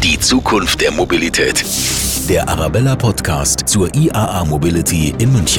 Die Zukunft der Mobilität. Der Arabella Podcast zur IAA Mobility in München.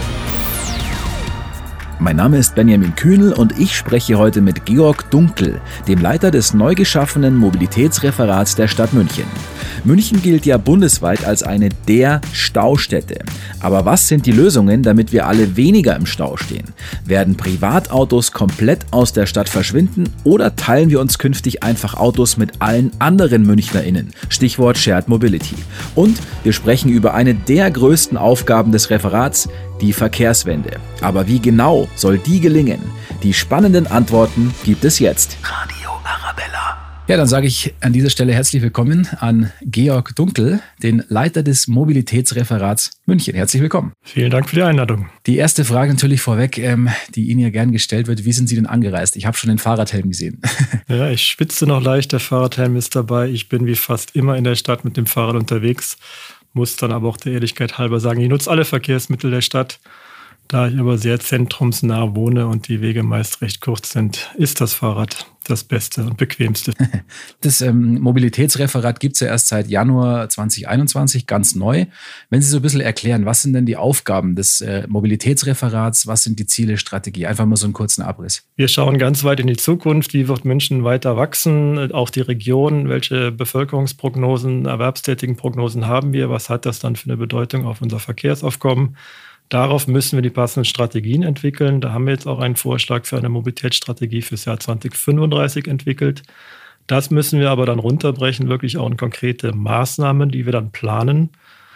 Mein Name ist Benjamin Kühnel und ich spreche heute mit Georg Dunkel, dem Leiter des neu geschaffenen Mobilitätsreferats der Stadt München. München gilt ja bundesweit als eine der Staustädte. Aber was sind die Lösungen, damit wir alle weniger im Stau stehen? Werden Privatautos komplett aus der Stadt verschwinden oder teilen wir uns künftig einfach Autos mit allen anderen MünchnerInnen? Stichwort Shared Mobility. Und wir sprechen über eine der größten Aufgaben des Referats, die Verkehrswende. Aber wie genau soll die gelingen? Die spannenden Antworten gibt es jetzt. Radio Arabella. Ja, dann sage ich an dieser Stelle herzlich willkommen an Georg Dunkel, den Leiter des Mobilitätsreferats München. Herzlich willkommen. Vielen Dank für die Einladung. Die erste Frage natürlich vorweg, die Ihnen ja gern gestellt wird. Wie sind Sie denn angereist? Ich habe schon den Fahrradhelm gesehen. Ja, ich schwitze noch leicht. Der Fahrradhelm ist dabei. Ich bin wie fast immer in der Stadt mit dem Fahrrad unterwegs. Muss dann aber auch der Ehrlichkeit halber sagen, ich nutze alle Verkehrsmittel der Stadt. Da ich aber sehr zentrumsnah wohne und die Wege meist recht kurz sind, ist das Fahrrad das Beste und Bequemste. Das Mobilitätsreferat gibt es ja erst seit Januar 2021, ganz neu. Wenn Sie so ein bisschen erklären, was sind denn die Aufgaben des Mobilitätsreferats, was sind die Ziele, Strategie? Einfach mal so einen kurzen Abriss. Wir schauen ganz weit in die Zukunft. Wie wird München weiter wachsen? Auch die Region, welche Bevölkerungsprognosen, Erwerbstätigenprognosen haben wir? Was hat das dann für eine Bedeutung auf unser Verkehrsaufkommen? Darauf müssen wir die passenden Strategien entwickeln. Da haben wir jetzt auch einen Vorschlag für eine Mobilitätsstrategie fürs Jahr 2035 entwickelt. Das müssen wir aber dann runterbrechen, wirklich auch in konkrete Maßnahmen, die wir dann planen.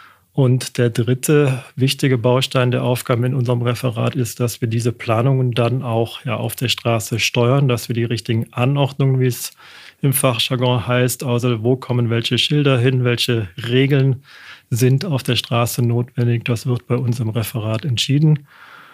Und der dritte wichtige Baustein der Aufgaben in unserem Referat ist, dass wir diese Planungen dann auch auf der Straße steuern, dass wir die richtigen Anordnungen, wie es im Fachjargon heißt, also wo kommen welche Schilder hin, welche Regeln sind auf der Straße notwendig. Das wird bei uns im Referat entschieden.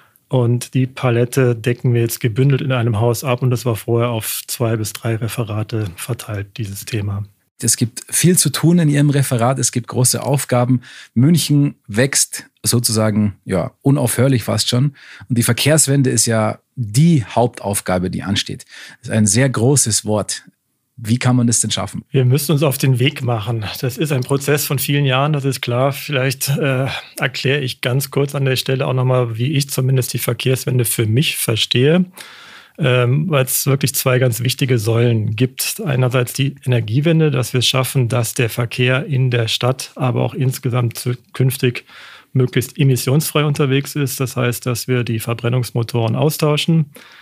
Und die Palette decken wir jetzt gebündelt in einem Haus ab. Und das war vorher auf 2 bis 3 Referate verteilt, dieses Thema. Es gibt viel zu tun in Ihrem Referat. Es gibt große Aufgaben. München wächst sozusagen unaufhörlich fast schon. Und die Verkehrswende ist ja die Hauptaufgabe, die ansteht. Das ist ein sehr großes Wort. Wie kann man das denn schaffen? Wir müssen uns auf den Weg machen. Das ist ein Prozess von vielen Jahren, das ist klar. Vielleicht erkläre ich ganz kurz an der Stelle auch nochmal, wie ich zumindest die Verkehrswende für mich verstehe, weil es wirklich 2 ganz wichtige Säulen gibt. Einerseits die Energiewende, dass wir es schaffen, dass der Verkehr in der Stadt, aber auch insgesamt künftig möglichst emissionsfrei unterwegs ist. Das heißt, dass wir die Verbrennungsmotoren austauschen.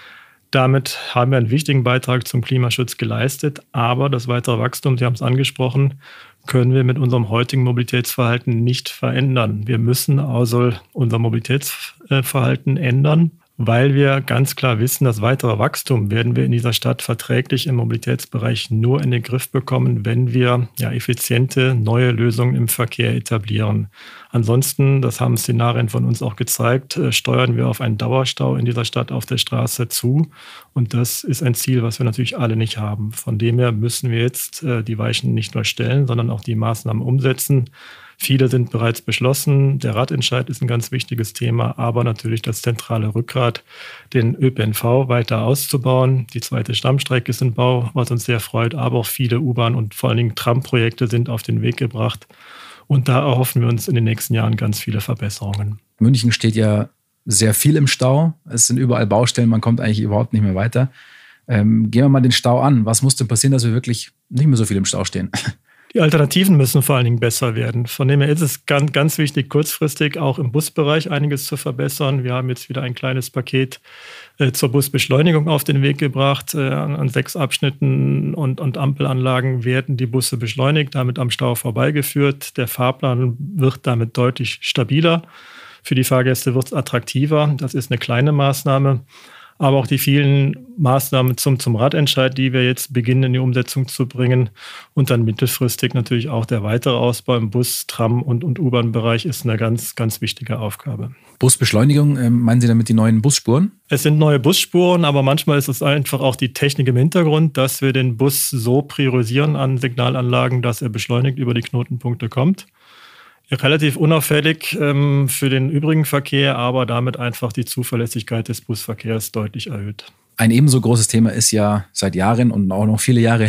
Damit haben wir einen wichtigen Beitrag zum Klimaschutz geleistet. Aber das weitere Wachstum, Sie haben es angesprochen, können wir mit unserem heutigen Mobilitätsverhalten nicht verändern. Wir müssen also unser Mobilitätsverhalten ändern, weil wir ganz klar wissen, das weitere Wachstum werden wir in dieser Stadt verträglich im Mobilitätsbereich nur in den Griff bekommen, wenn wir effiziente neue Lösungen im Verkehr etablieren. Ansonsten, das haben Szenarien von uns auch gezeigt, steuern wir auf einen Dauerstau in dieser Stadt auf der Straße zu. Und das ist ein Ziel, was wir natürlich alle nicht haben. Von dem her müssen wir jetzt die Weichen nicht nur stellen, sondern auch die Maßnahmen umsetzen. Viele sind bereits beschlossen. Der Radentscheid ist ein ganz wichtiges Thema, aber natürlich das zentrale Rückgrat, den ÖPNV weiter auszubauen. Die 2. Stammstrecke ist in Bau, was uns sehr freut, aber auch viele U-Bahn- und vor allen Dingen Tramprojekte sind auf den Weg gebracht. Und da erhoffen wir uns in den nächsten Jahren ganz viele Verbesserungen. München steht ja sehr viel im Stau. Es sind überall Baustellen, man kommt eigentlich überhaupt nicht mehr weiter. Gehen wir mal den Stau an. Was muss denn passieren, dass wir wirklich nicht mehr so viel im Stau stehen? Die Alternativen müssen vor allen Dingen besser werden. Von dem her ist es ganz, ganz wichtig, kurzfristig auch im Busbereich einiges zu verbessern. Wir haben jetzt wieder ein kleines Paket zur Busbeschleunigung auf den Weg gebracht. An 6 Abschnitten und Ampelanlagen werden die Busse beschleunigt, damit am Stau vorbeigeführt. Der Fahrplan wird damit deutlich stabiler. Für die Fahrgäste wird es attraktiver. Das ist eine kleine Maßnahme. Aber auch die vielen Maßnahmen zum Radentscheid, die wir jetzt beginnen in die Umsetzung zu bringen. Und dann mittelfristig natürlich auch der weitere Ausbau im Bus-, Tram- und U-Bahn-Bereich ist eine ganz, ganz wichtige Aufgabe. Busbeschleunigung, meinen Sie damit die neuen Busspuren? Es sind neue Busspuren, aber manchmal ist es einfach auch die Technik im Hintergrund, dass wir den Bus so priorisieren an Signalanlagen, dass er beschleunigt über die Knotenpunkte kommt. Relativ unauffällig für den übrigen Verkehr, aber damit einfach die Zuverlässigkeit des Busverkehrs deutlich erhöht. Ein ebenso großes Thema ist ja seit Jahren und auch noch viele Jahre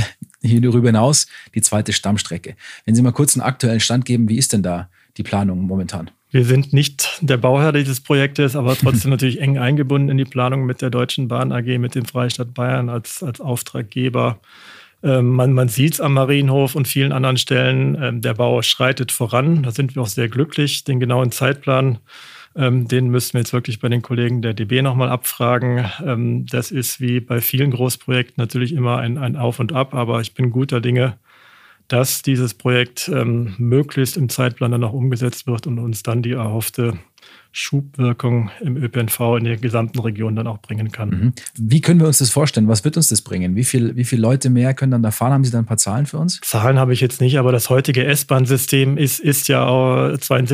hier darüber hinaus die zweite Stammstrecke. Wenn Sie mal kurz einen aktuellen Stand geben, wie ist denn da die Planung momentan? Wir sind nicht der Bauherr dieses Projektes, aber trotzdem natürlich eng eingebunden in die Planung mit der Deutschen Bahn AG, mit dem Freistaat Bayern als Auftraggeber. Man sieht es am Marienhof und vielen anderen Stellen, der Bau schreitet voran. Da sind wir auch sehr glücklich. Den genauen Zeitplan, den müssten wir jetzt wirklich bei den Kollegen der DB nochmal abfragen. Das ist wie bei vielen Großprojekten natürlich immer ein Auf und Ab, aber ich bin guter Dinge, dass dieses Projekt möglichst im Zeitplan dann auch umgesetzt wird und uns dann die erhoffte Schubwirkung im ÖPNV in der gesamten Region dann auch bringen kann. Wie können wir uns das vorstellen? Was wird uns das bringen? Wie viele Leute mehr können dann da fahren? Haben Sie da ein paar Zahlen für uns? Zahlen habe ich jetzt nicht, aber das heutige S-Bahn-System ist ja auch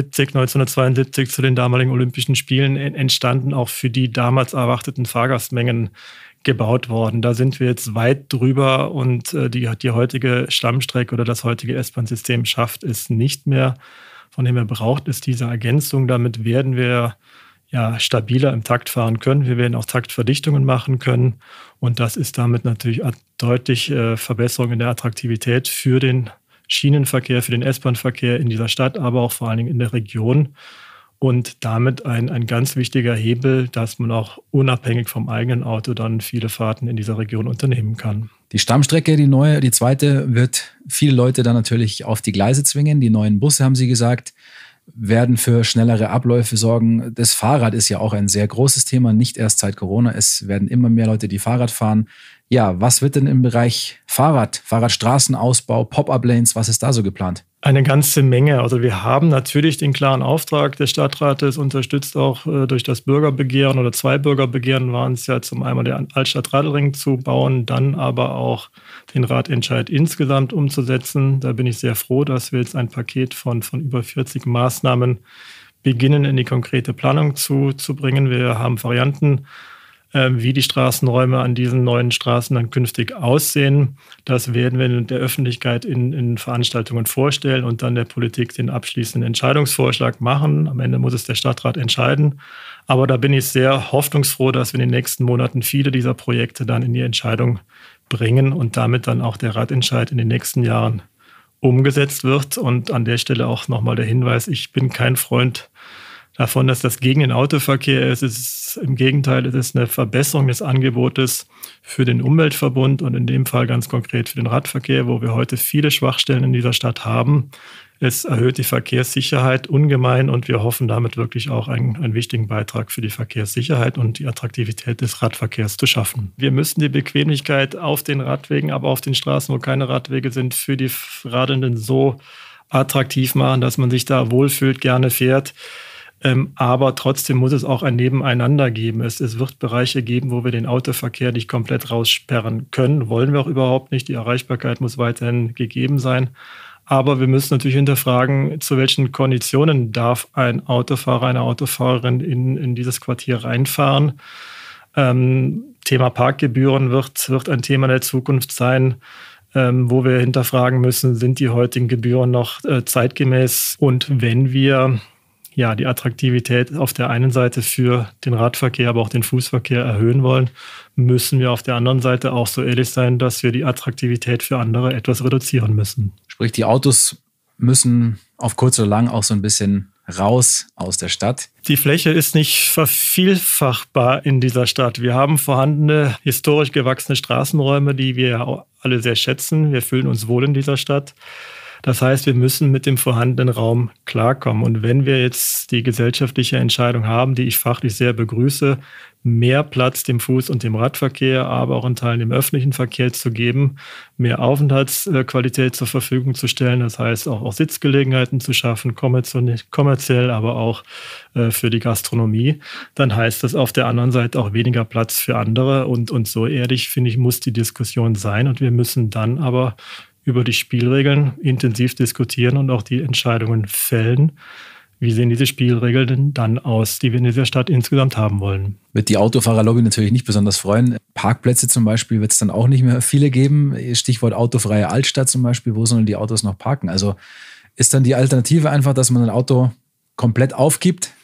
1972 zu den damaligen Olympischen Spielen entstanden, auch für die damals erwarteten Fahrgastmengen gebaut worden. Da sind wir jetzt weit drüber und die heutige Stammstrecke oder das heutige S-Bahn-System schafft es nicht mehr. Von dem her braucht es diese Ergänzung. Damit werden wir stabiler im Takt fahren können. Wir werden auch Taktverdichtungen machen können. Und das ist damit natürlich deutlich Verbesserung in der Attraktivität für den Schienenverkehr, für den S-Bahn-Verkehr in dieser Stadt, aber auch vor allen Dingen in der Region. Und damit ein ganz wichtiger Hebel, dass man auch unabhängig vom eigenen Auto dann viele Fahrten in dieser Region unternehmen kann. Die Stammstrecke, die zweite, wird viele Leute dann natürlich auf die Gleise zwingen. Die neuen Busse, haben Sie gesagt, werden für schnellere Abläufe sorgen. Das Fahrrad ist ja auch ein sehr großes Thema, nicht erst seit Corona. Es werden immer mehr Leute, die Fahrrad fahren. Ja, was wird denn im Bereich Fahrradstraßenausbau, Pop-up-Lanes, was ist da so geplant? Eine ganze Menge. Also wir haben natürlich den klaren Auftrag des Stadtrates, unterstützt auch durch das Bürgerbegehren oder 2 Bürgerbegehren waren es ja zum einen der Altstadt-Radelring zu bauen, dann aber auch den Ratentscheid insgesamt umzusetzen. Da bin ich sehr froh, dass wir jetzt ein Paket von über 40 Maßnahmen beginnen, in die konkrete Planung zu bringen. Wir haben Varianten, wie die Straßenräume an diesen neuen Straßen dann künftig aussehen. Das werden wir der Öffentlichkeit in Veranstaltungen vorstellen und dann der Politik den abschließenden Entscheidungsvorschlag machen. Am Ende muss es der Stadtrat entscheiden. Aber da bin ich sehr hoffnungsfroh, dass wir in den nächsten Monaten viele dieser Projekte dann in die Entscheidung bringen und damit dann auch der Ratentscheid in den nächsten Jahren umgesetzt wird. Und an der Stelle auch nochmal der Hinweis, ich bin kein Freund davon, dass das gegen den Autoverkehr ist. Es ist im Gegenteil, es ist eine Verbesserung des Angebotes für den Umweltverbund und in dem Fall ganz konkret für den Radverkehr, wo wir heute viele Schwachstellen in dieser Stadt haben. Es erhöht die Verkehrssicherheit ungemein und wir hoffen damit wirklich auch einen wichtigen Beitrag für die Verkehrssicherheit und die Attraktivität des Radverkehrs zu schaffen. Wir müssen die Bequemlichkeit auf den Radwegen, aber auf den Straßen, wo keine Radwege sind, für die Radelnden so attraktiv machen, dass man sich da wohlfühlt, gerne fährt. Aber trotzdem muss es auch ein Nebeneinander geben. Es wird Bereiche geben, wo wir den Autoverkehr nicht komplett raussperren können. Wollen wir auch überhaupt nicht. Die Erreichbarkeit muss weiterhin gegeben sein. Aber wir müssen natürlich hinterfragen, zu welchen Konditionen darf ein Autofahrer, eine Autofahrerin in dieses Quartier reinfahren. Thema Parkgebühren wird ein Thema der Zukunft sein, wo wir hinterfragen müssen, sind die heutigen Gebühren noch zeitgemäß? Und wenn wir die Attraktivität auf der einen Seite für den Radverkehr, aber auch den Fußverkehr erhöhen wollen, müssen wir auf der anderen Seite auch so ehrlich sein, dass wir die Attraktivität für andere etwas reduzieren müssen. Sprich, die Autos müssen auf kurz oder lang auch so ein bisschen raus aus der Stadt. Die Fläche ist nicht vervielfachbar in dieser Stadt. Wir haben vorhandene, historisch gewachsene Straßenräume, die wir alle sehr schätzen. Wir fühlen uns wohl in dieser Stadt. Das heißt, wir müssen mit dem vorhandenen Raum klarkommen. Und wenn wir jetzt die gesellschaftliche Entscheidung haben, die ich fachlich sehr begrüße, mehr Platz dem Fuß- und dem Radverkehr, aber auch in Teilen dem öffentlichen Verkehr zu geben, mehr Aufenthaltsqualität zur Verfügung zu stellen, das heißt auch Sitzgelegenheiten zu schaffen, kommerziell, aber auch für die Gastronomie, dann heißt das auf der anderen Seite auch weniger Platz für andere. Und so ehrlich, finde ich, muss die Diskussion sein. Und wir müssen dann aber über die Spielregeln intensiv diskutieren und auch die Entscheidungen fällen. Wie sehen diese Spielregeln denn dann aus, die wir in dieser Stadt insgesamt haben wollen? Wird die Autofahrerlobby natürlich nicht besonders freuen. Parkplätze zum Beispiel wird es dann auch nicht mehr viele geben. Stichwort autofreie Altstadt zum Beispiel. Wo sollen die Autos noch parken? Also ist dann die Alternative einfach, dass man ein Auto komplett aufgibt?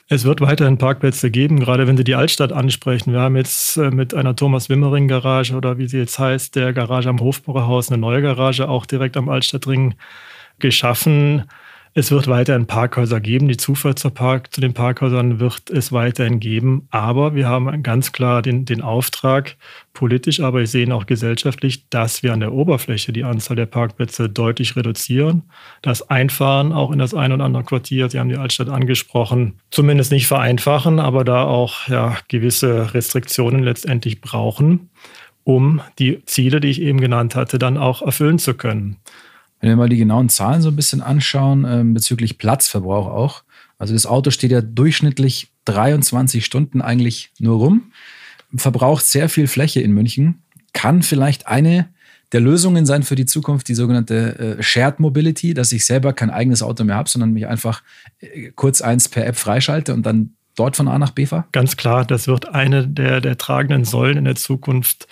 Es wird weiterhin Parkplätze geben, gerade wenn Sie die Altstadt ansprechen. Wir haben jetzt mit einer Thomas-Wimmering-Garage oder wie sie jetzt heißt, der Garage am Hofbräuhaus, eine neue Garage auch direkt am Altstadtring geschaffen. Es wird weiterhin Parkhäuser geben. Die Zufahrt zu den Parkhäusern wird es weiterhin geben. Aber wir haben ganz klar den Auftrag, politisch, aber ich sehe ihn auch gesellschaftlich, dass wir an der Oberfläche die Anzahl der Parkplätze deutlich reduzieren. Das Einfahren auch in das ein oder andere Quartier, Sie haben die Altstadt angesprochen, zumindest nicht vereinfachen, aber da auch gewisse Restriktionen letztendlich brauchen, um die Ziele, die ich eben genannt hatte, dann auch erfüllen zu können. Wenn wir mal die genauen Zahlen so ein bisschen anschauen, bezüglich Platzverbrauch auch. Also das Auto steht ja durchschnittlich 23 Stunden eigentlich nur rum, verbraucht sehr viel Fläche in München. Kann vielleicht eine der Lösungen sein für die Zukunft, die sogenannte Shared Mobility, dass ich selber kein eigenes Auto mehr habe, sondern mich einfach kurz eins per App freischalte und dann dort von A nach B fahre? Ganz klar, das wird eine der tragenden Säulen in der Zukunft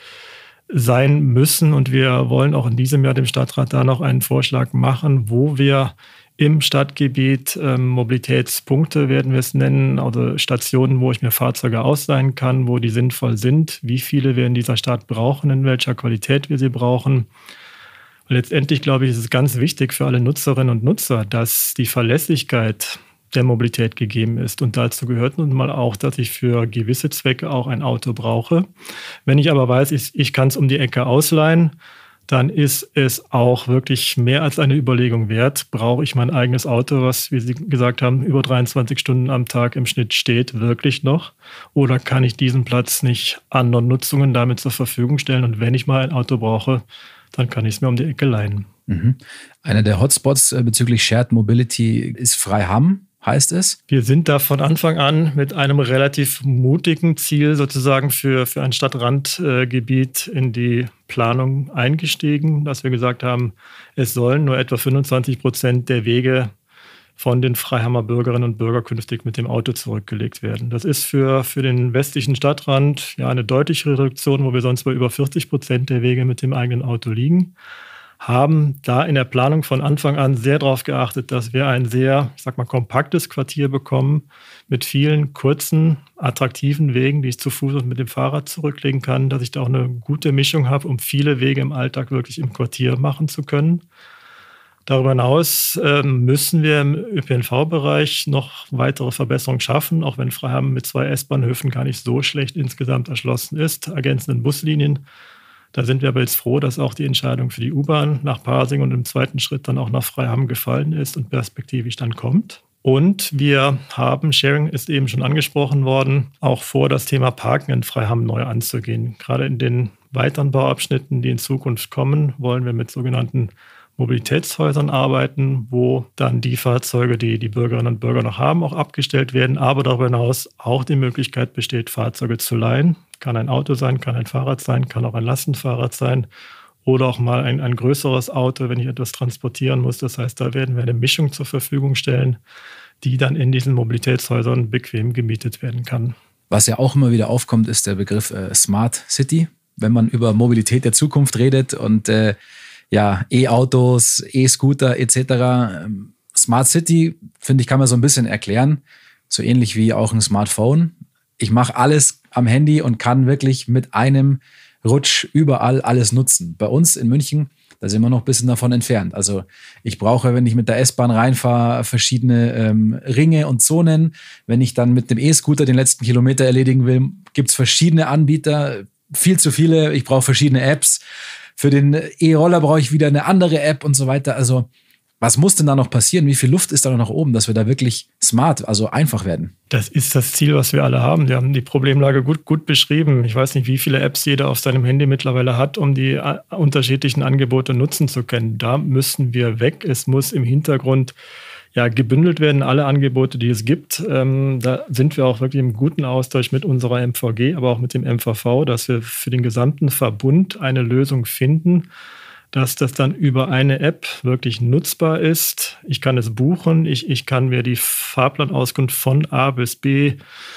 sein müssen. Und wir wollen auch in diesem Jahr dem Stadtrat da noch einen Vorschlag machen, wo wir im Stadtgebiet Mobilitätspunkte, werden wir es nennen, oder Stationen, wo ich mir Fahrzeuge ausleihen kann, wo die sinnvoll sind, wie viele wir in dieser Stadt brauchen, in welcher Qualität wir sie brauchen. Letztendlich, glaube ich, ist es ganz wichtig für alle Nutzerinnen und Nutzer, dass die Verlässlichkeit der Mobilität gegeben ist. Und dazu gehört nun mal auch, dass ich für gewisse Zwecke auch ein Auto brauche. Wenn ich aber weiß, ich kann es um die Ecke ausleihen, dann ist es auch wirklich mehr als eine Überlegung wert. Brauche ich mein eigenes Auto, was, wie Sie gesagt haben, über 23 Stunden am Tag im Schnitt steht, wirklich noch? Oder kann ich diesen Platz nicht anderen Nutzungen damit zur Verfügung stellen? Und wenn ich mal ein Auto brauche, dann kann ich es mir um die Ecke leihen. Mhm. Einer der Hotspots bezüglich Shared Mobility ist Freiham, heißt es? Wir sind da von Anfang an mit einem relativ mutigen Ziel sozusagen für ein Stadtrandgebiet in die Planung eingestiegen, dass wir gesagt haben, es sollen nur etwa 25% der Wege von den Freihammer Bürgerinnen und Bürgern künftig mit dem Auto zurückgelegt werden. Das ist für den westlichen Stadtrand eine deutliche Reduktion, wo wir sonst bei über 40% der Wege mit dem eigenen Auto liegen. Haben da in der Planung von Anfang an sehr darauf geachtet, dass wir ein sehr, kompaktes Quartier bekommen mit vielen kurzen, attraktiven Wegen, die ich zu Fuß und mit dem Fahrrad zurücklegen kann, dass ich da auch eine gute Mischung habe, um viele Wege im Alltag wirklich im Quartier machen zu können. Darüber hinaus müssen wir im ÖPNV-Bereich noch weitere Verbesserungen schaffen, auch wenn Freiham mit 2 S-Bahnhöfen gar nicht so schlecht insgesamt erschlossen ist, ergänzenden Buslinien. Da sind wir aber jetzt froh, dass auch die Entscheidung für die U-Bahn nach Pasing und im zweiten Schritt dann auch nach Freiham gefallen ist und perspektivisch dann kommt. Und wir haben, Sharing ist eben schon angesprochen worden, auch vor, das Thema Parken in Freiham neu anzugehen. Gerade in den weiteren Bauabschnitten, die in Zukunft kommen, wollen wir mit sogenannten Mobilitätshäusern arbeiten, wo dann die Fahrzeuge, die die Bürgerinnen und Bürger noch haben, auch abgestellt werden, aber darüber hinaus auch die Möglichkeit besteht, Fahrzeuge zu leihen. Kann ein Auto sein, kann ein Fahrrad sein, kann auch ein Lastenfahrrad sein oder auch mal ein größeres Auto, wenn ich etwas transportieren muss. Das heißt, da werden wir eine Mischung zur Verfügung stellen, die dann in diesen Mobilitätshäusern bequem gemietet werden kann. Was ja auch immer wieder aufkommt, ist der Begriff Smart City. Wenn man über Mobilität der Zukunft redet und E-Autos, E-Scooter etc. Smart City, finde ich, kann man so ein bisschen erklären. So ähnlich wie auch ein Smartphone. Ich mache alles am Handy und kann wirklich mit einem Rutsch überall alles nutzen. Bei uns in München, da sind wir noch ein bisschen davon entfernt. Also ich brauche, wenn ich mit der S-Bahn reinfahre, verschiedene Ringe und Zonen. Wenn ich dann mit dem E-Scooter den letzten Kilometer erledigen will, gibt es verschiedene Anbieter, viel zu viele. Ich brauche verschiedene Apps. Für den E-Roller brauche ich wieder eine andere App und so weiter. Also was muss denn da noch passieren? Wie viel Luft ist da noch nach oben, dass wir da wirklich smart, also einfach werden? Das ist das Ziel, was wir alle haben. Wir haben die Problemlage gut beschrieben. Ich weiß nicht, wie viele Apps jeder auf seinem Handy mittlerweile hat, um die unterschiedlichen Angebote nutzen zu können. Da müssen wir weg. Es muss im Hintergrund gebündelt werden, alle Angebote, die es gibt. Da sind wir auch wirklich im guten Austausch mit unserer MVG, aber auch mit dem MVV, dass wir für den gesamten Verbund eine Lösung finden, dass das dann über eine App wirklich nutzbar ist. Ich kann es buchen, ich kann mir die Fahrplanauskunft von A bis B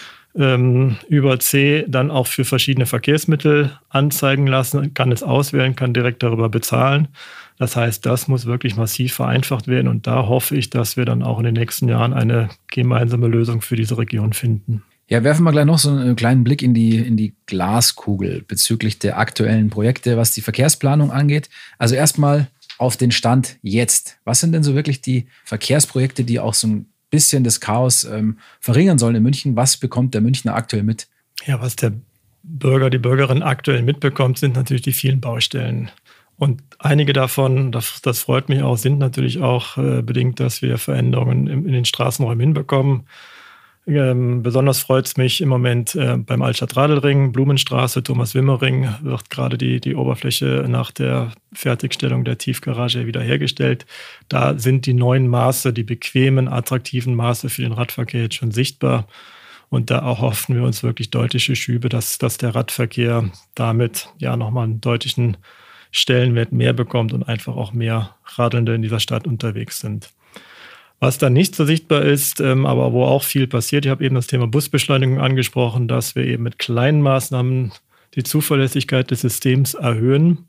über C dann auch für verschiedene Verkehrsmittel anzeigen lassen, kann es auswählen, kann direkt darüber bezahlen. Das heißt, das muss wirklich massiv vereinfacht werden und da hoffe ich, dass wir dann auch in den nächsten Jahren eine gemeinsame Lösung für diese Region finden. Ja, werfen wir gleich noch so einen kleinen Blick in die Glaskugel bezüglich der aktuellen Projekte, was die Verkehrsplanung angeht. Also erstmal auf den Stand jetzt. Was sind denn so wirklich die Verkehrsprojekte, die auch so ein bisschen das Chaos verringern sollen in München? Was bekommt der Münchner aktuell mit? Ja, was der Bürger, die Bürgerin aktuell mitbekommt, sind natürlich die vielen Baustellen. Und einige davon, das freut mich auch, sind natürlich auch bedingt, dass wir Veränderungen in den Straßenräumen hinbekommen. Besonders freut es mich im Moment beim Altstadt-Radelring, Blumenstraße, Thomas-Wimmer-Ring wird gerade die Oberfläche nach der Fertigstellung der Tiefgarage wiederhergestellt. Da sind die neuen Maße, die bequemen, attraktiven Maße für den Radverkehr jetzt schon sichtbar. Und da auch hoffen wir uns wirklich deutliche Schübe, dass der Radverkehr damit ja nochmal einen deutlichen Stellenwert mehr bekommt und einfach auch mehr Radelnde in dieser Stadt unterwegs sind. Was dann nicht so sichtbar ist, aber wo auch viel passiert, ich habe eben das Thema Busbeschleunigung angesprochen, dass wir eben mit kleinen Maßnahmen die Zuverlässigkeit des Systems erhöhen.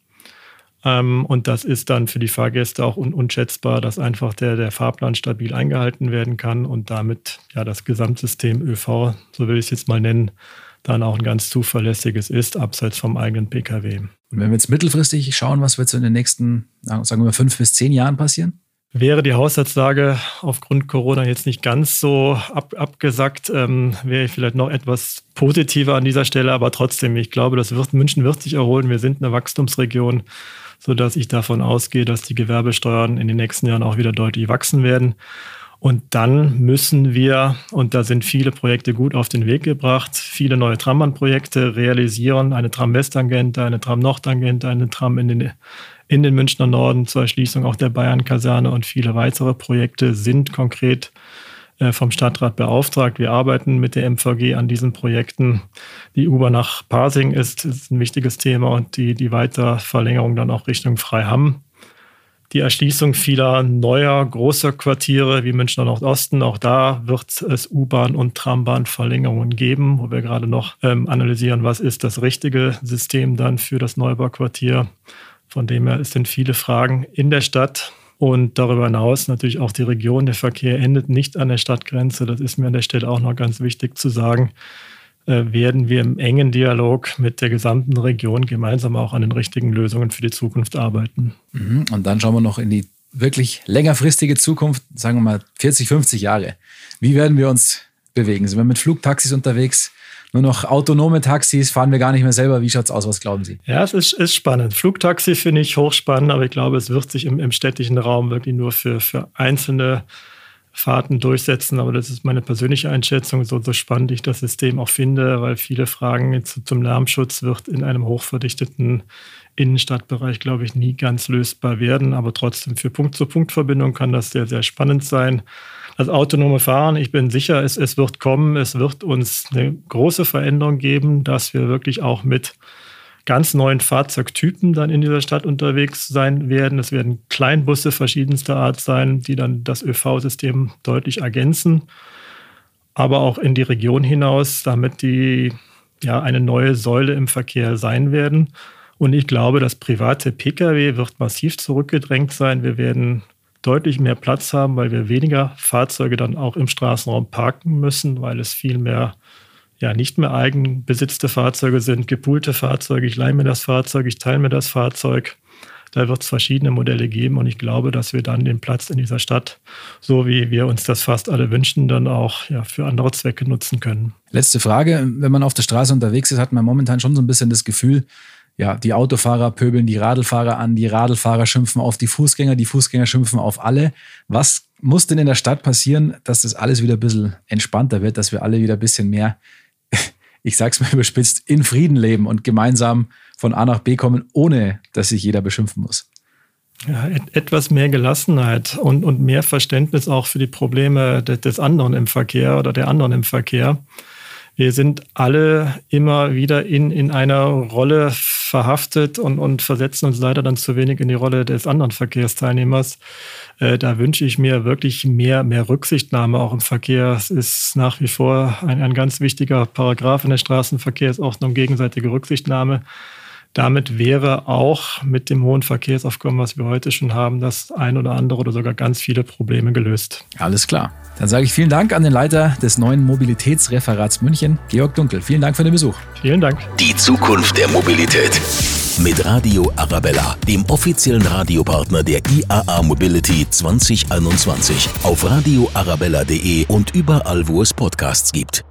Und das ist dann für die Fahrgäste auch unschätzbar, dass einfach der Fahrplan stabil eingehalten werden kann und damit ja das Gesamtsystem ÖV, so will ich es jetzt mal nennen, dann auch ein ganz zuverlässiges ist, abseits vom eigenen Pkw. Und wenn wir jetzt mittelfristig schauen, was wird so in den nächsten, sagen wir mal, 5 bis 10 Jahren passieren? Wäre die Haushaltslage aufgrund Corona jetzt nicht ganz so abgesackt, wäre ich vielleicht noch etwas positiver an dieser Stelle, aber trotzdem, ich glaube, München wird sich erholen. Wir sind eine Wachstumsregion, sodass ich davon ausgehe, dass die Gewerbesteuern in den nächsten Jahren auch wieder deutlich wachsen werden. Und dann müssen wir, und da sind viele Projekte gut auf den Weg gebracht, viele neue Trambahnprojekte realisieren, eine Tram-West-Tangente, eine Tram-Nord-Tangente, eine Tram in den Münchner Norden zur Erschließung auch der Bayern-Kaserne und viele weitere Projekte sind konkret vom Stadtrat beauftragt. Wir arbeiten mit der MVG an diesen Projekten. Die U-Bahn nach Pasing ist ein wichtiges Thema und die Weiterverlängerung dann auch Richtung Freiham. Die Erschließung vieler neuer, großer Quartiere wie Münchner Nordosten, auch da wird es U-Bahn- und Trambahnverlängerungen geben, wo wir gerade noch analysieren, was ist das richtige System dann für das Neubauquartier. Von dem her sind viele Fragen in der Stadt und darüber hinaus natürlich auch die Region. Der Verkehr endet nicht an der Stadtgrenze. Das ist mir an der Stelle auch noch ganz wichtig zu sagen. Werden wir im engen Dialog mit der gesamten Region gemeinsam auch an den richtigen Lösungen für die Zukunft arbeiten. Und dann schauen wir noch in die wirklich längerfristige Zukunft, sagen wir mal 40, 50 Jahre. Wie werden wir uns bewegen? Sind wir mit Flugtaxis unterwegs? Nur noch autonome Taxis, fahren wir gar nicht mehr selber. Wie schaut es aus? Was glauben Sie? Ja, es ist spannend. Flugtaxi finde ich hochspannend, aber ich glaube, es wird sich im städtischen Raum wirklich nur für einzelne Fahrten durchsetzen. Aber das ist meine persönliche Einschätzung, so spannend ich das System auch finde, weil viele Fragen zum Lärmschutz wird in einem hochverdichteten Innenstadtbereich, glaube ich, nie ganz lösbar werden. Aber trotzdem für Punkt-zu-Punkt-Verbindung kann das sehr, sehr spannend sein. Das autonome Fahren, ich bin sicher, es wird kommen. Es wird uns eine große Veränderung geben, dass wir wirklich auch mit ganz neuen Fahrzeugtypen dann in dieser Stadt unterwegs sein werden. Es werden Kleinbusse verschiedenster Art sein, die dann das ÖV-System deutlich ergänzen, aber auch in die Region hinaus, damit die ja eine neue Säule im Verkehr sein werden. Und ich glaube, das private Pkw wird massiv zurückgedrängt sein. Wir werden deutlich mehr Platz haben, weil wir weniger Fahrzeuge dann auch im Straßenraum parken müssen, weil es viel mehr nicht mehr eigenbesitzte Fahrzeuge sind, gepoolte Fahrzeuge. Ich leihe mir das Fahrzeug, ich teile mir das Fahrzeug. Da wird es verschiedene Modelle geben und ich glaube, dass wir dann den Platz in dieser Stadt, so wie wir uns das fast alle wünschen, dann auch für andere Zwecke nutzen können. Letzte Frage. Wenn man auf der Straße unterwegs ist, hat man momentan schon so ein bisschen das Gefühl, die Autofahrer pöbeln die Radlfahrer an, die Radlfahrer schimpfen auf die Fußgänger schimpfen auf alle. Was muss denn in der Stadt passieren, dass das alles wieder ein bisschen entspannter wird, dass wir alle wieder ein bisschen mehr, ich sag's mal überspitzt, in Frieden leben und gemeinsam von A nach B kommen, ohne dass sich jeder beschimpfen muss? Ja, etwas mehr Gelassenheit und mehr Verständnis auch für die Probleme des anderen im Verkehr oder der anderen im Verkehr. Wir sind alle immer wieder in einer Rolle verhaftet und versetzen uns leider dann zu wenig in die Rolle des anderen Verkehrsteilnehmers. Da wünsche ich mir wirklich mehr Rücksichtnahme auch im Verkehr. Es ist nach wie vor ein ganz wichtiger Paragraph in der Straßenverkehrsordnung, gegenseitige Rücksichtnahme. damit wäre auch mit dem hohen Verkehrsaufkommen, was wir heute schon haben, das ein oder andere oder sogar ganz viele Probleme gelöst. Alles klar. Dann sage ich vielen Dank an den Leiter des neuen Mobilitätsreferats München, Georg Dunkel. Vielen Dank für den Besuch. Vielen Dank. Die Zukunft der Mobilität. Mit Radio Arabella, dem offiziellen Radiopartner der IAA Mobility 2021. Auf radioarabella.de und überall, wo es Podcasts gibt.